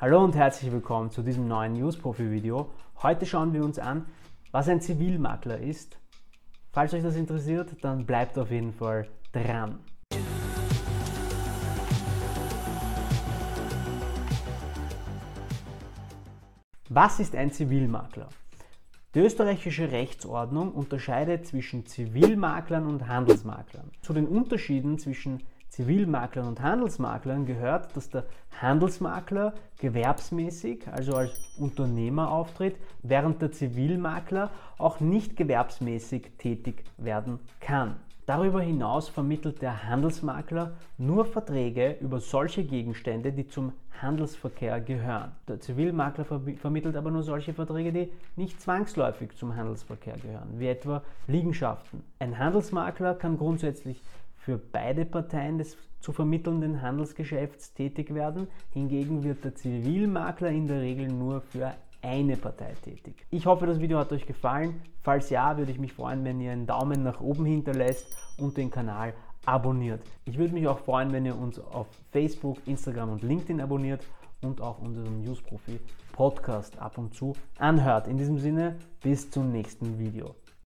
Hallo und herzlich willkommen zu diesem neuen News-Profi-Video. Heute schauen wir uns an, was ein Zivilmakler ist. Falls euch das interessiert, dann bleibt auf jeden Fall dran. Was ist ein Zivilmakler? Die österreichische Rechtsordnung unterscheidet zwischen Zivilmaklern und Handelsmaklern. Zu den Unterschieden zwischen Zivilmaklern und Handelsmaklern gehört, dass der Handelsmakler gewerbsmäßig, also als Unternehmer auftritt, während der Zivilmakler auch nicht gewerbsmäßig tätig werden kann. Darüber hinaus vermittelt der Handelsmakler nur Verträge über solche Gegenstände, die zum Handelsverkehr gehören. Der Zivilmakler vermittelt aber nur solche Verträge, die nicht zwangsläufig zum Handelsverkehr gehören, wie etwa Liegenschaften. Ein Handelsmakler kann grundsätzlich für beide Parteien des zu vermittelnden Handelsgeschäfts tätig werden, hingegen wird der Zivilmakler in der Regel nur für eine Partei tätig. Ich hoffe, das Video hat euch gefallen. Falls ja, würde ich mich freuen, wenn ihr einen Daumen nach oben hinterlässt und den Kanal abonniert. Ich würde mich auch freuen, wenn ihr uns auf Facebook, Instagram und LinkedIn abonniert und auch unseren Newsprofi Podcast ab und zu anhört. In diesem Sinne, bis zum nächsten Video.